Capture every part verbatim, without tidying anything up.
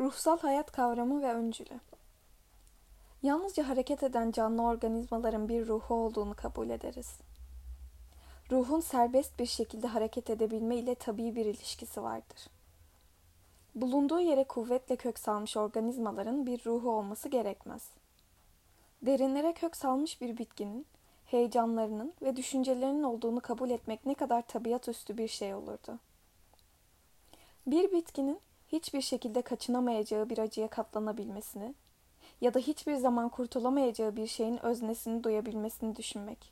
Ruhsal hayat kavramı ve öncülü. Yalnızca hareket eden canlı organizmaların bir ruhu olduğunu kabul ederiz. Ruhun serbest bir şekilde hareket edebilme ile tabii bir ilişkisi vardır. Bulunduğu yere kuvvetle kök salmış organizmaların bir ruhu olması gerekmez. Derinlere kök salmış bir bitkinin, heyecanlarının ve düşüncelerinin olduğunu kabul etmek ne kadar tabiat üstü bir şey olurdu. Bir bitkinin hiçbir şekilde kaçınamayacağı bir acıya katlanabilmesini ya da hiçbir zaman kurtulamayacağı bir şeyin öznesini duyabilmesini düşünmek.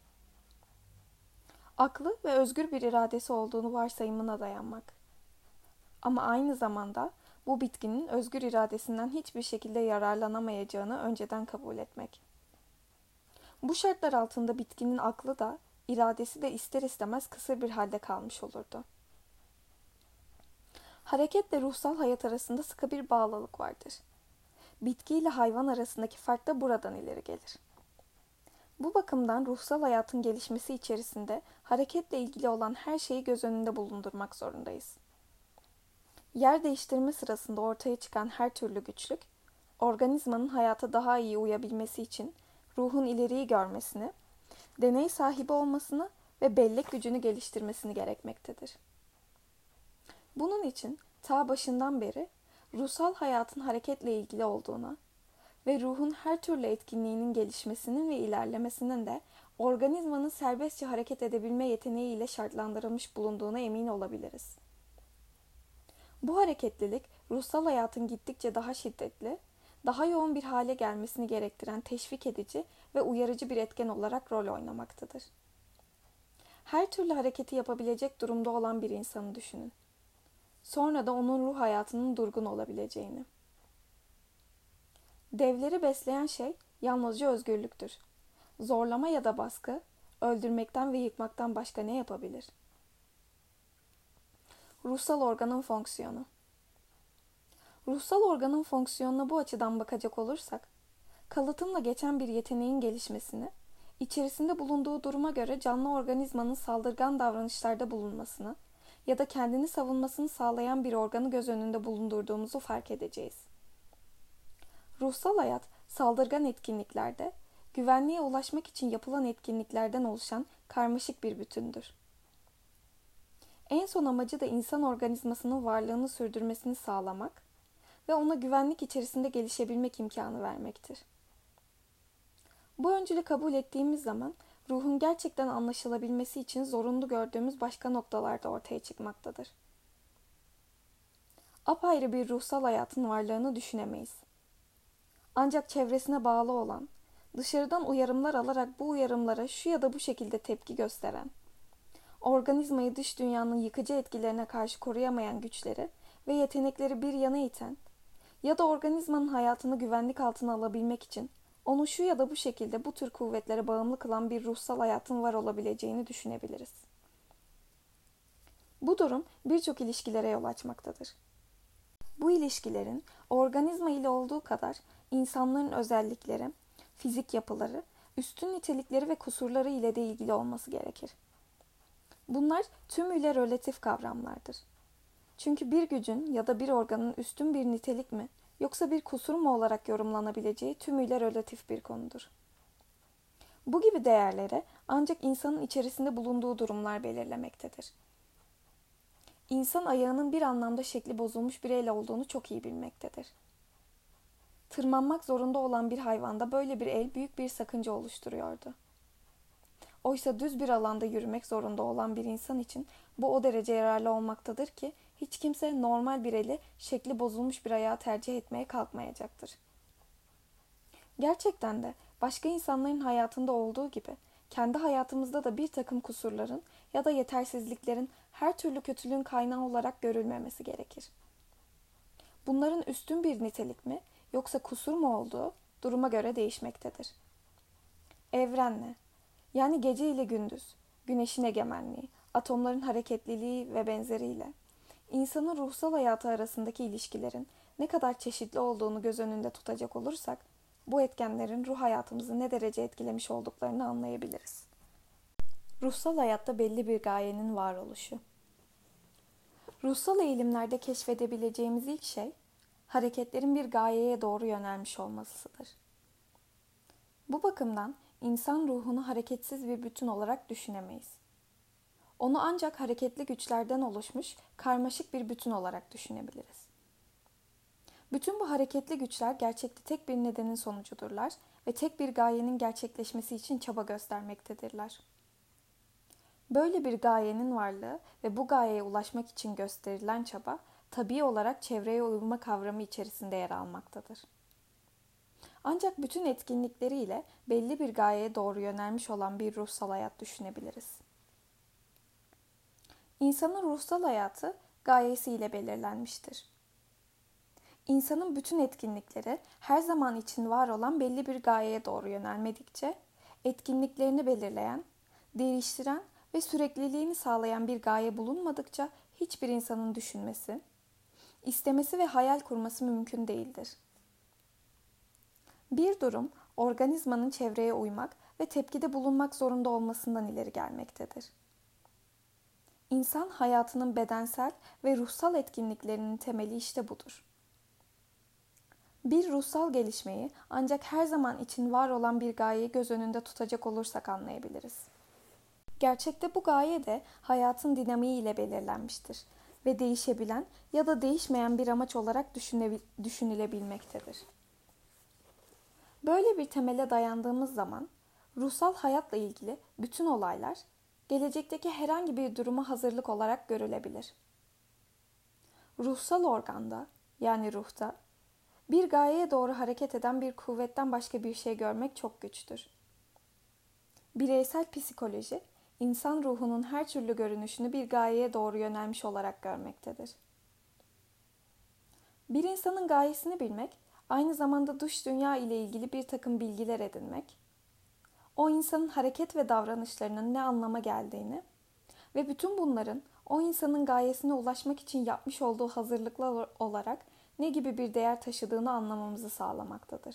Aklı ve özgür bir iradesi olduğunu varsayımına dayanmak. Ama aynı zamanda bu bitkinin özgür iradesinden hiçbir şekilde yararlanamayacağını önceden kabul etmek. Bu şartlar altında bitkinin aklı da, iradesi de ister istemez kısır bir halde kalmış olurdu. Hareketle ruhsal hayat arasında sıkı bir bağlılık vardır. Bitki ile hayvan arasındaki fark da buradan ileri gelir. Bu bakımdan ruhsal hayatın gelişmesi içerisinde hareketle ilgili olan her şeyi göz önünde bulundurmak zorundayız. Yer değiştirme sırasında ortaya çıkan her türlü güçlük, organizmanın hayata daha iyi uyabilmesi için ruhun ileriyi görmesini, deney sahibi olmasını ve bellek gücünü geliştirmesini gerekmektedir. Bunun için ta başından beri ruhsal hayatın hareketle ilgili olduğuna ve ruhun her türlü etkinliğinin gelişmesinin ve ilerlemesinin de organizmanın serbestçe hareket edebilme yeteneğiyle şartlandırılmış bulunduğuna emin olabiliriz. Bu hareketlilik, ruhsal hayatın gittikçe daha şiddetli, daha yoğun bir hale gelmesini gerektiren teşvik edici ve uyarıcı bir etken olarak rol oynamaktadır. Her türlü hareketi yapabilecek durumda olan bir insanı düşünün. Sonra da onun ruh hayatının durgun olabileceğini. Devleri besleyen şey yalnızca özgürlüktür. Zorlama ya da baskı, öldürmekten ve yıkmaktan başka ne yapabilir? Ruhsal organın fonksiyonu. Ruhsal organın fonksiyonuna bu açıdan bakacak olursak, kalıtımla geçen bir yeteneğin gelişmesini, içerisinde bulunduğu duruma göre canlı organizmanın saldırgan davranışlarda bulunmasını ya da kendini savunmasını sağlayan bir organı göz önünde bulundurduğumuzu fark edeceğiz. Ruhsal hayat, saldırgan etkinliklerde, güvenliğe ulaşmak için yapılan etkinliklerden oluşan karmaşık bir bütündür. En son amacı da insan organizmasının varlığını sürdürmesini sağlamak ve ona güvenlik içerisinde gelişebilmek imkanı vermektir. Bu öncülü kabul ettiğimiz zaman ruhun gerçekten anlaşılabilmesi için zorunlu gördüğümüz başka noktalar da ortaya çıkmaktadır. Apayrı bir ruhsal hayatın varlığını düşünemeyiz. Ancak çevresine bağlı olan, dışarıdan uyarımlar alarak bu uyarımlara şu ya da bu şekilde tepki gösteren, organizmayı dış dünyanın yıkıcı etkilerine karşı koruyamayan güçleri ve yetenekleri bir yana iten ya da organizmanın hayatını güvenlik altına alabilmek için onu şu ya da bu şekilde bu tür kuvvetlere bağımlı kılan bir ruhsal hayatın var olabileceğini düşünebiliriz. Bu durum birçok ilişkilere yol açmaktadır. Bu ilişkilerin organizma ile olduğu kadar insanların özellikleri, fizik yapıları, üstün nitelikleri ve kusurları ile de ilgili olması gerekir. Bunlar tümüyle relatif kavramlardır. Çünkü bir gücün ya da bir organın üstün bir nitelik mi yoksa bir kusur mu olarak yorumlanabileceği tümüyle relatif bir konudur. Bu gibi değerleri ancak insanın içerisinde bulunduğu durumlar belirlemektedir. İnsan ayağının bir anlamda şekli bozulmuş bir el olduğunu çok iyi bilmektedir. Tırmanmak zorunda olan bir hayvanda böyle bir el büyük bir sakınca oluşturuyordu. Oysa düz bir alanda yürümek zorunda olan bir insan için bu o derece yararlı olmaktadır ki hiç kimse normal bir eli şekli bozulmuş bir ayağı tercih etmeye kalkmayacaktır. Gerçekten de başka insanların hayatında olduğu gibi kendi hayatımızda da bir takım kusurların ya da yetersizliklerin her türlü kötülüğün kaynağı olarak görülmemesi gerekir. Bunların üstün bir nitelik mi yoksa kusur mu olduğu duruma göre değişmektedir. Evrenle, yani gece ile gündüz, güneşin egemenliği, atomların hareketliliği ve benzeriyle insanın ruhsal hayatı arasındaki ilişkilerin ne kadar çeşitli olduğunu göz önünde tutacak olursak, bu etkenlerin ruh hayatımızı ne derece etkilemiş olduklarını anlayabiliriz. Ruhsal hayatta belli bir gayenin varoluşu. Ruhsal eğilimlerde keşfedebileceğimiz ilk şey, hareketlerin bir gayeye doğru yönelmiş olmasıdır. Bu bakımdan insan ruhunu hareketsiz bir bütün olarak düşünemeyiz. Onu ancak hareketli güçlerden oluşmuş karmaşık bir bütün olarak düşünebiliriz. Bütün bu hareketli güçler gerçekte tek bir nedenin sonucudurlar ve tek bir gayenin gerçekleşmesi için çaba göstermektedirler. Böyle bir gayenin varlığı ve bu gayeye ulaşmak için gösterilen çaba, tabii olarak çevreye uyma kavramı içerisinde yer almaktadır. Ancak bütün etkinlikleriyle belli bir gayeye doğru yönelmiş olan bir ruhsal hayat düşünebiliriz. İnsanın ruhsal hayatı gayesiyle belirlenmiştir. İnsanın bütün etkinlikleri her zaman için var olan belli bir gayeye doğru yönelmedikçe, etkinliklerini belirleyen, değiştiren ve sürekliliğini sağlayan bir gaye bulunmadıkça hiçbir insanın düşünmesi, istemesi ve hayal kurması mümkün değildir. Bir durum, organizmanın çevreye uymak ve tepkide bulunmak zorunda olmasından ileri gelmektedir. İnsan hayatının bedensel ve ruhsal etkinliklerinin temeli işte budur. Bir ruhsal gelişmeyi ancak her zaman için var olan bir gayeyi göz önünde tutacak olursak anlayabiliriz. Gerçekte bu gaye de hayatın dinamiği ile belirlenmiştir ve değişebilen ya da değişmeyen bir amaç olarak düşünülebilmektedir. Böyle bir temele dayandığımız zaman ruhsal hayatla ilgili bütün olaylar gelecekteki herhangi bir duruma hazırlık olarak görülebilir. Ruhsal organda yani ruhta bir gayeye doğru hareket eden bir kuvvetten başka bir şey görmek çok güçtür. Bireysel psikoloji, insan ruhunun her türlü görünüşünü bir gayeye doğru yönelmiş olarak görmektedir. Bir insanın gayesini bilmek, aynı zamanda dış dünya ile ilgili bir takım bilgiler edinmek, o insanın hareket ve davranışlarının ne anlama geldiğini ve bütün bunların o insanın gayesine ulaşmak için yapmış olduğu hazırlıklar olarak ne gibi bir değer taşıdığını anlamamızı sağlamaktadır.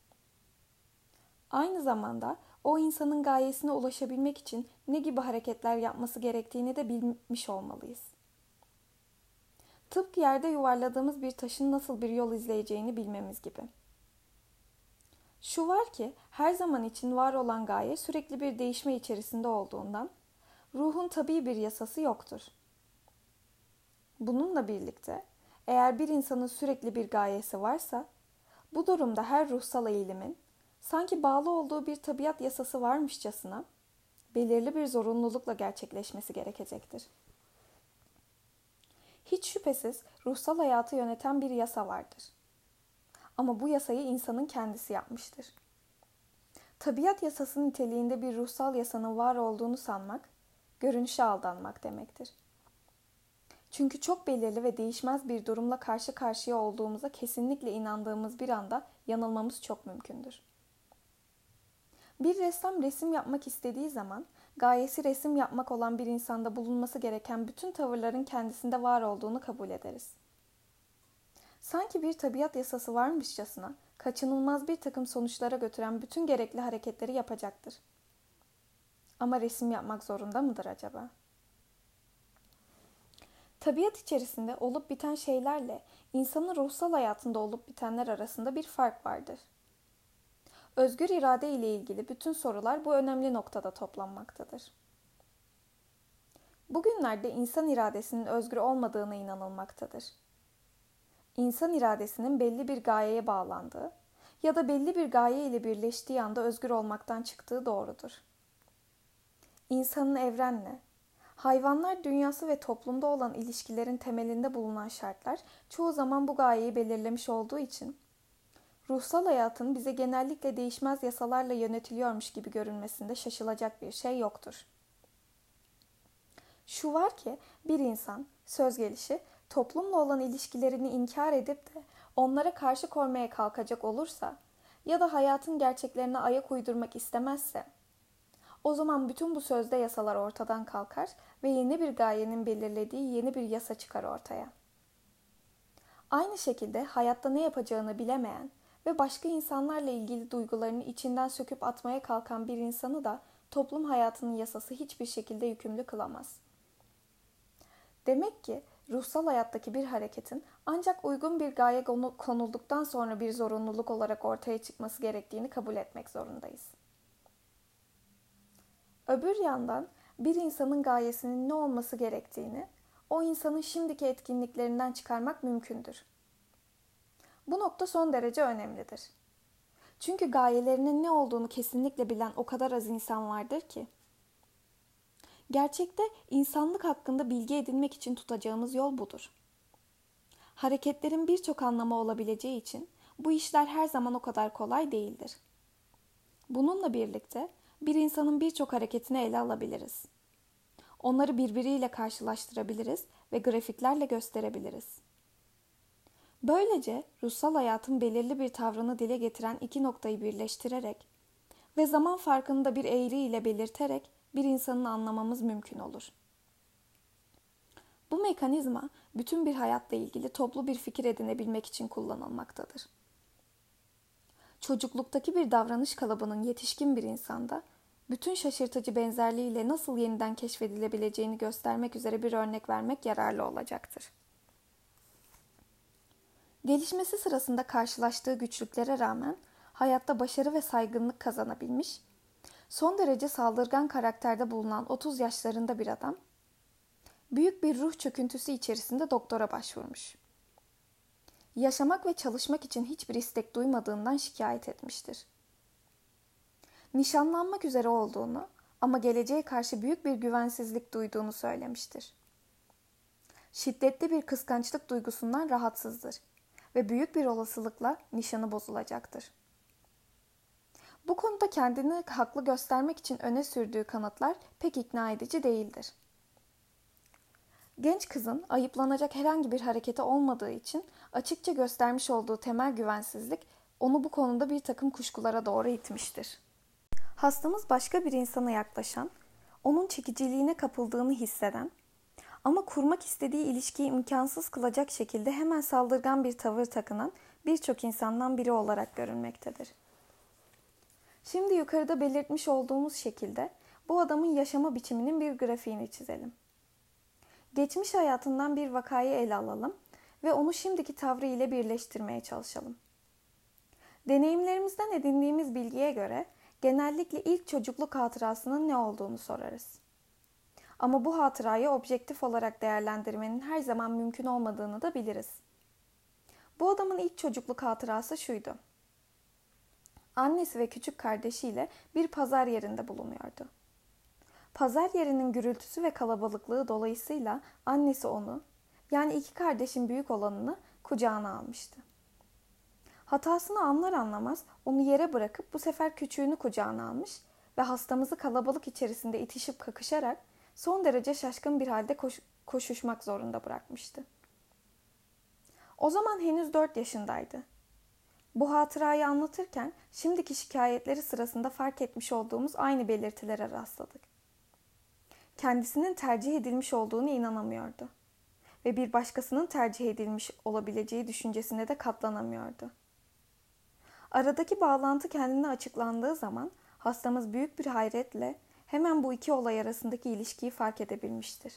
Aynı zamanda o insanın gayesine ulaşabilmek için ne gibi hareketler yapması gerektiğini de bilmiş olmalıyız. Tıpkı yerde yuvarladığımız bir taşın nasıl bir yol izleyeceğini bilmemiz gibi. Şu var ki her zaman için var olan gaye sürekli bir değişme içerisinde olduğundan ruhun tabii bir yasası yoktur. Bununla birlikte eğer bir insanın sürekli bir gayesi varsa bu durumda her ruhsal eğilimin sanki bağlı olduğu bir tabiat yasası varmışçasına belirli bir zorunlulukla gerçekleşmesi gerekecektir. Hiç şüphesiz ruhsal hayatı yöneten bir yasa vardır. Ama bu yasayı insanın kendisi yapmıştır. Tabiat yasası niteliğinde bir ruhsal yasanın var olduğunu sanmak, görünüşe aldanmak demektir. Çünkü çok belirli ve değişmez bir durumla karşı karşıya olduğumuza kesinlikle inandığımız bir anda yanılmamız çok mümkündür. Bir ressam resim yapmak istediği zaman gayesi resim yapmak olan bir insanda bulunması gereken bütün tavırların kendisinde var olduğunu kabul ederiz. Sanki bir tabiat yasası varmışçasına kaçınılmaz bir takım sonuçlara götüren bütün gerekli hareketleri yapacaktır. Ama resim yapmak zorunda mıdır acaba? Tabiat içerisinde olup biten şeylerle insanın ruhsal hayatında olup bitenler arasında bir fark vardır. Özgür irade ile ilgili bütün sorular bu önemli noktada toplanmaktadır. Bugünlerde insan iradesinin özgür olmadığına inanılmaktadır. İnsan iradesinin belli bir gayeye bağlandığı ya da belli bir gaye ile birleştiği anda özgür olmaktan çıktığı doğrudur. İnsanın evrenle, hayvanlar dünyası ve toplumda olan ilişkilerin temelinde bulunan şartlar çoğu zaman bu gayeyi belirlemiş olduğu için ruhsal hayatın bize genellikle değişmez yasalarla yönetiliyormuş gibi görünmesinde şaşılacak bir şey yoktur. Şu var ki bir insan söz gelişi toplumla olan ilişkilerini inkar edip de onlara karşı koymaya kalkacak olursa ya da hayatın gerçeklerine ayak uydurmak istemezse o zaman bütün bu sözde yasalar ortadan kalkar ve yeni bir gayenin belirlediği yeni bir yasa çıkar ortaya. Aynı şekilde hayatta ne yapacağını bilemeyen ve başka insanlarla ilgili duygularını içinden söküp atmaya kalkan bir insanı da toplum hayatının yasası hiçbir şekilde yükümlü kılamaz. Demek ki ruhsal hayattaki bir hareketin ancak uygun bir gaye konulduktan sonra bir zorunluluk olarak ortaya çıkması gerektiğini kabul etmek zorundayız. Öbür yandan bir insanın gayesinin ne olması gerektiğini o insanın şimdiki etkinliklerinden çıkarmak mümkündür. Bu nokta son derece önemlidir. Çünkü gayelerinin ne olduğunu kesinlikle bilen o kadar az insan vardır ki. Gerçekte insanlık hakkında bilgi edinmek için tutacağımız yol budur. Hareketlerin birçok anlamı olabileceği için bu işler her zaman o kadar kolay değildir. Bununla birlikte bir insanın birçok hareketini ele alabiliriz. Onları birbiriyle karşılaştırabiliriz ve grafiklerle gösterebiliriz. Böylece ruhsal hayatın belirli bir tavrını dile getiren iki noktayı birleştirerek ve zaman farkını da bir eğri ile belirterek bir insanı anlamamız mümkün olur. Bu mekanizma bütün bir hayatla ilgili toplu bir fikir edinebilmek için kullanılmaktadır. Çocukluktaki bir davranış kalıbının yetişkin bir insanda bütün şaşırtıcı benzerliğiyle nasıl yeniden keşfedilebileceğini göstermek üzere bir örnek vermek yararlı olacaktır. Gelişmesi sırasında karşılaştığı güçlüklere rağmen hayatta başarı ve saygınlık kazanabilmiş, son derece saldırgan karakterde bulunan otuz yaşlarında bir adam, büyük bir ruh çöküntüsü içerisinde doktora başvurmuş. Yaşamak ve çalışmak için hiçbir istek duymadığından şikayet etmiştir. Nişanlanmak üzere olduğunu ama geleceğe karşı büyük bir güvensizlik duyduğunu söylemiştir. Şiddetli bir kıskançlık duygusundan rahatsızdır ve büyük bir olasılıkla nişanı bozulacaktır. Bu konuda kendini haklı göstermek için öne sürdüğü kanıtlar pek ikna edici değildir. Genç kızın ayıplanacak herhangi bir hareketi olmadığı için açıkça göstermiş olduğu temel güvensizlik onu bu konuda bir takım kuşkulara doğru itmiştir. Hastamız başka bir insana yaklaşan, onun çekiciliğine kapıldığını hisseden ama kurmak istediği ilişkiyi imkansız kılacak şekilde hemen saldırgan bir tavır takınan birçok insandan biri olarak görünmektedir. Şimdi yukarıda belirtmiş olduğumuz şekilde bu adamın yaşama biçiminin bir grafiğini çizelim. Geçmiş hayatından bir vakayı ele alalım ve onu şimdiki tavrı ile birleştirmeye çalışalım. Deneyimlerimizden edindiğimiz bilgiye göre genellikle ilk çocukluk hatırasının ne olduğunu sorarız. Ama bu hatırayı objektif olarak değerlendirmenin her zaman mümkün olmadığını da biliriz. Bu adamın ilk çocukluk hatırası şuydu. Annesi ve küçük kardeşiyle bir pazar yerinde bulunuyordu. Pazar yerinin gürültüsü ve kalabalıklığı dolayısıyla annesi onu, yani iki kardeşin büyük olanını kucağına almıştı. Hatasını anlar anlamaz onu yere bırakıp bu sefer küçüğünü kucağına almış ve hastamızı kalabalık içerisinde itişip kakışarak son derece şaşkın bir halde koş- koşuşmak zorunda bırakmıştı. O zaman henüz dört yaşındaydı. Bu hatırayı anlatırken şimdiki şikayetleri sırasında fark etmiş olduğumuz aynı belirtilere rastladık. Kendisinin tercih edilmiş olduğunu inanamıyordu ve bir başkasının tercih edilmiş olabileceği düşüncesine de katlanamıyordu. Aradaki bağlantı kendine açıklandığı zaman hastamız büyük bir hayretle hemen bu iki olay arasındaki ilişkiyi fark edebilmiştir.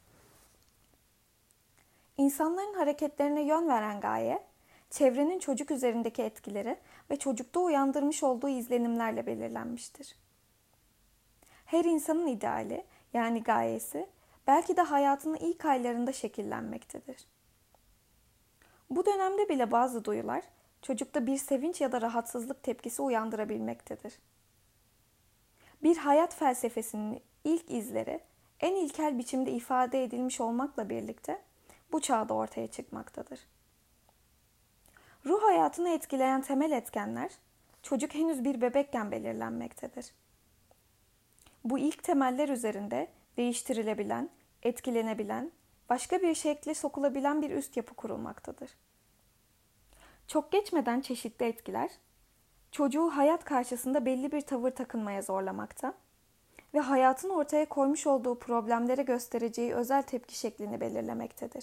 İnsanların hareketlerine yön veren gaye, çevrenin çocuk üzerindeki etkileri ve çocukta uyandırmış olduğu izlenimlerle belirlenmiştir. Her insanın ideali, yani gayesi, belki de hayatının ilk aylarında şekillenmektedir. Bu dönemde bile bazı duyular, çocukta bir sevinç ya da rahatsızlık tepkisi uyandırabilmektedir. Bir hayat felsefesinin ilk izleri en ilkel biçimde ifade edilmiş olmakla birlikte bu çağda ortaya çıkmaktadır. Ruh hayatını etkileyen temel etkenler çocuk henüz bir bebekken belirlenmektedir. Bu ilk temeller üzerinde değiştirilebilen, etkilenebilen, başka bir şekle sokulabilen bir üst yapı kurulmaktadır. Çok geçmeden çeşitli etkiler, çocuğu hayat karşısında belli bir tavır takınmaya zorlamakta ve hayatın ortaya koymuş olduğu problemlere göstereceği özel tepki şeklini belirlemektedir.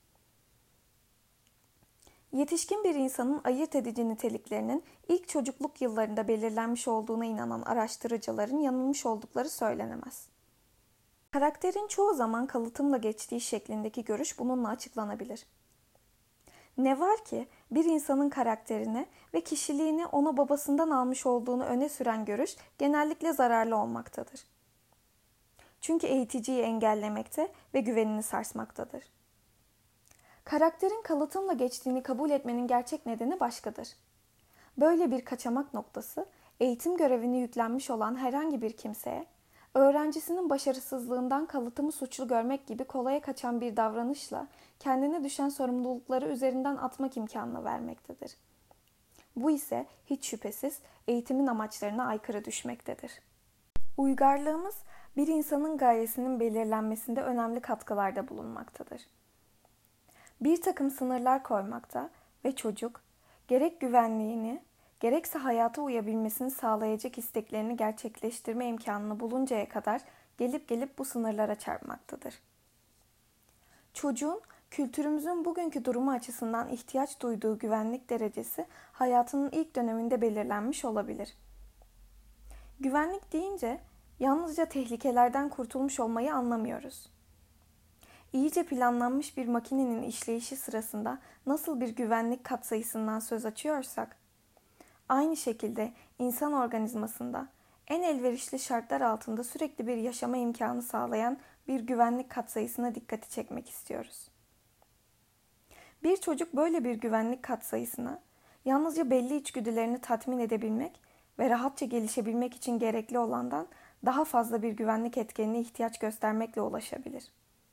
Yetişkin bir insanın ayırt edici niteliklerinin ilk çocukluk yıllarında belirlenmiş olduğuna inanan araştırıcıların yanılmış oldukları söylenemez. Karakterin çoğu zaman kalıtımla geçtiği şeklindeki görüş bununla açıklanabilir. Ne var ki bir insanın karakterini ve kişiliğini ona babasından almış olduğunu öne süren görüş genellikle zararlı olmaktadır. Çünkü eğiticiyi engellemekte ve güvenini sarsmaktadır. Karakterin kalıtımla geçtiğini kabul etmenin gerçek nedeni başkadır. Böyle bir kaçamak noktası, eğitim görevini yüklenmiş olan herhangi bir kimseye, öğrencisinin başarısızlığından kalıtımı suçlu görmek gibi kolaya kaçan bir davranışla kendine düşen sorumlulukları üzerinden atmak imkanını vermektedir. Bu ise hiç şüphesiz eğitimin amaçlarına aykırı düşmektedir. Uygarlığımız, bir insanın gayesinin belirlenmesinde önemli katkılarda bulunmaktadır. Bir takım sınırlar koymakta ve çocuk, gerek güvenliğini, gerekse hayata uyabilmesini sağlayacak isteklerini gerçekleştirme imkanını buluncaya kadar gelip gelip bu sınırlara çarpmaktadır. Çocuğun, kültürümüzün bugünkü durumu açısından ihtiyaç duyduğu güvenlik derecesi hayatının ilk döneminde belirlenmiş olabilir. Güvenlik deyince yalnızca tehlikelerden kurtulmuş olmayı anlamıyoruz. İyice planlanmış bir makinenin işleyişi sırasında nasıl bir güvenlik katsayısından söz açıyorsak, aynı şekilde insan organizmasında en elverişli şartlar altında sürekli bir yaşama imkanı sağlayan bir güvenlik katsayısına dikkati çekmek istiyoruz. Bir çocuk böyle bir güvenlik katsayısına yalnızca belli içgüdülerini tatmin edebilmek ve rahatça gelişebilmek için gerekli olandan daha fazla bir güvenlik etkenine ihtiyaç göstermekle ulaşabilir.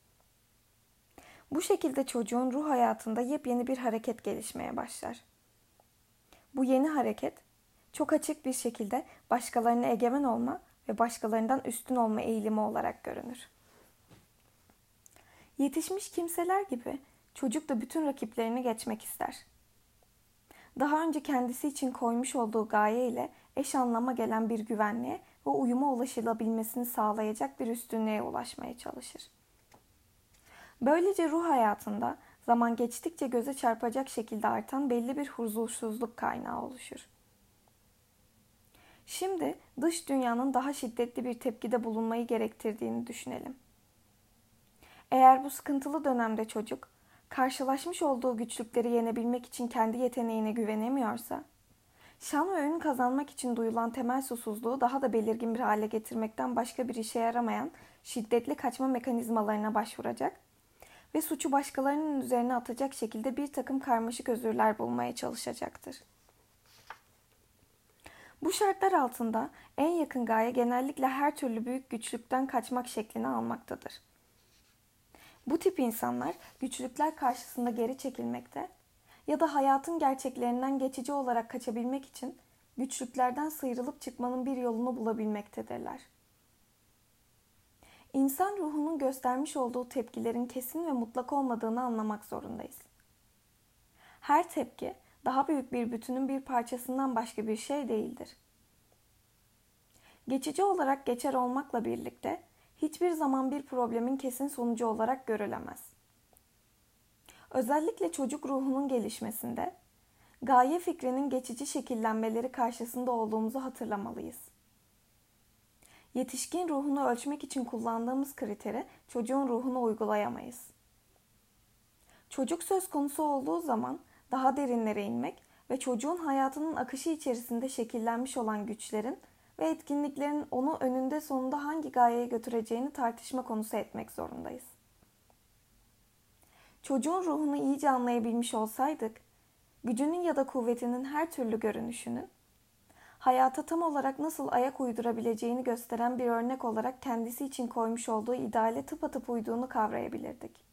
Bu şekilde çocuğun ruh hayatında yepyeni bir hareket gelişmeye başlar. Bu yeni hareket çok açık bir şekilde başkalarına egemen olma ve başkalarından üstün olma eğilimi olarak görünür. Yetişmiş kimseler gibi çocuk da bütün rakiplerini geçmek ister. Daha önce kendisi için koymuş olduğu gaye ile eş anlama gelen bir güvenliğe ve uyuma ulaşılabilmesini sağlayacak bir üstünlüğe ulaşmaya çalışır. Böylece ruh hayatında zaman geçtikçe göze çarpacak şekilde artan belli bir huzursuzluk kaynağı oluşur. Şimdi dış dünyanın daha şiddetli bir tepkide bulunmayı gerektirdiğini düşünelim. Eğer bu sıkıntılı dönemde çocuk, karşılaşmış olduğu güçlükleri yenebilmek için kendi yeteneğine güvenemiyorsa, şan ve ün kazanmak için duyulan temel susuzluğu daha da belirgin bir hale getirmekten başka bir işe yaramayan şiddetli kaçma mekanizmalarına başvuracak ve suçu başkalarının üzerine atacak şekilde bir takım karmaşık özürler bulmaya çalışacaktır. Bu şartlar altında en yakın gaye genellikle her türlü büyük güçlükten kaçmak şeklini almaktadır. Bu tip insanlar güçlükler karşısında geri çekilmekte ya da hayatın gerçeklerinden geçici olarak kaçabilmek için güçlüklerden sıyrılıp çıkmanın bir yolunu bulabilmektedirler. İnsan ruhunun göstermiş olduğu tepkilerin kesin ve mutlak olmadığını anlamak zorundayız. Her tepki daha büyük bir bütünün bir parçasından başka bir şey değildir. Geçici olarak geçer olmakla birlikte hiçbir zaman bir problemin kesin sonucu olarak görülemez. Özellikle çocuk ruhunun gelişmesinde gaye fikrinin geçici şekillenmeleri karşısında olduğumuzu hatırlamalıyız. Yetişkin ruhunu ölçmek için kullandığımız kriteri çocuğun ruhuna uygulayamayız. Çocuk söz konusu olduğu zaman daha derinlere inmek ve çocuğun hayatının akışı içerisinde şekillenmiş olan güçlerin ve etkinliklerin onu önünde sonunda hangi gayeye götüreceğini tartışma konusu etmek zorundayız. Çocuğun ruhunu iyice anlayabilmiş olsaydık, gücünün ya da kuvvetinin her türlü görünüşünü, hayata tam olarak nasıl ayak uydurabileceğini gösteren bir örnek olarak kendisi için koymuş olduğu ideale tıpatıp uyduğunu kavrayabilirdik.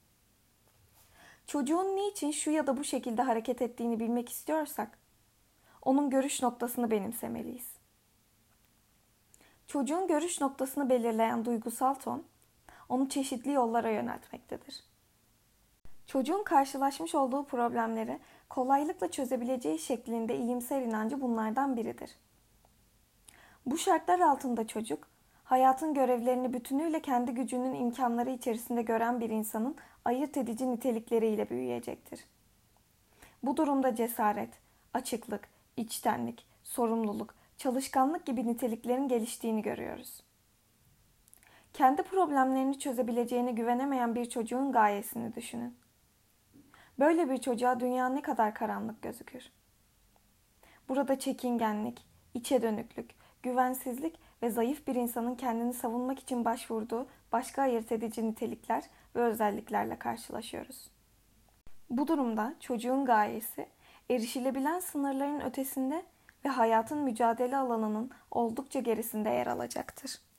Çocuğun niçin şu ya da bu şekilde hareket ettiğini bilmek istiyorsak, onun görüş noktasını benimsemeliyiz. Çocuğun görüş noktasını belirleyen duygusal ton, onu çeşitli yollara yöneltmektedir. Çocuğun karşılaşmış olduğu problemleri kolaylıkla çözebileceği şeklinde iyimser inancı bunlardan biridir. Bu şartlar altında çocuk, hayatın görevlerini bütünüyle kendi gücünün imkanları içerisinde gören bir insanın ayırt edici nitelikleriyle büyüyecektir. Bu durumda cesaret, açıklık, içtenlik, sorumluluk, çalışkanlık gibi niteliklerin geliştiğini görüyoruz. Kendi problemlerini çözebileceğine güvenemeyen bir çocuğun gayesini düşünün. Böyle bir çocuğa dünya ne kadar karanlık gözükür. Burada çekingenlik, içe dönüklük, güvensizlik ve zayıf bir insanın kendini savunmak için başvurduğu başka ayırt edici nitelikler ve özelliklerle karşılaşıyoruz. Bu durumda çocuğun gayesi, erişilebilen sınırların ötesinde ve hayatın mücadele alanının oldukça gerisinde yer alacaktır.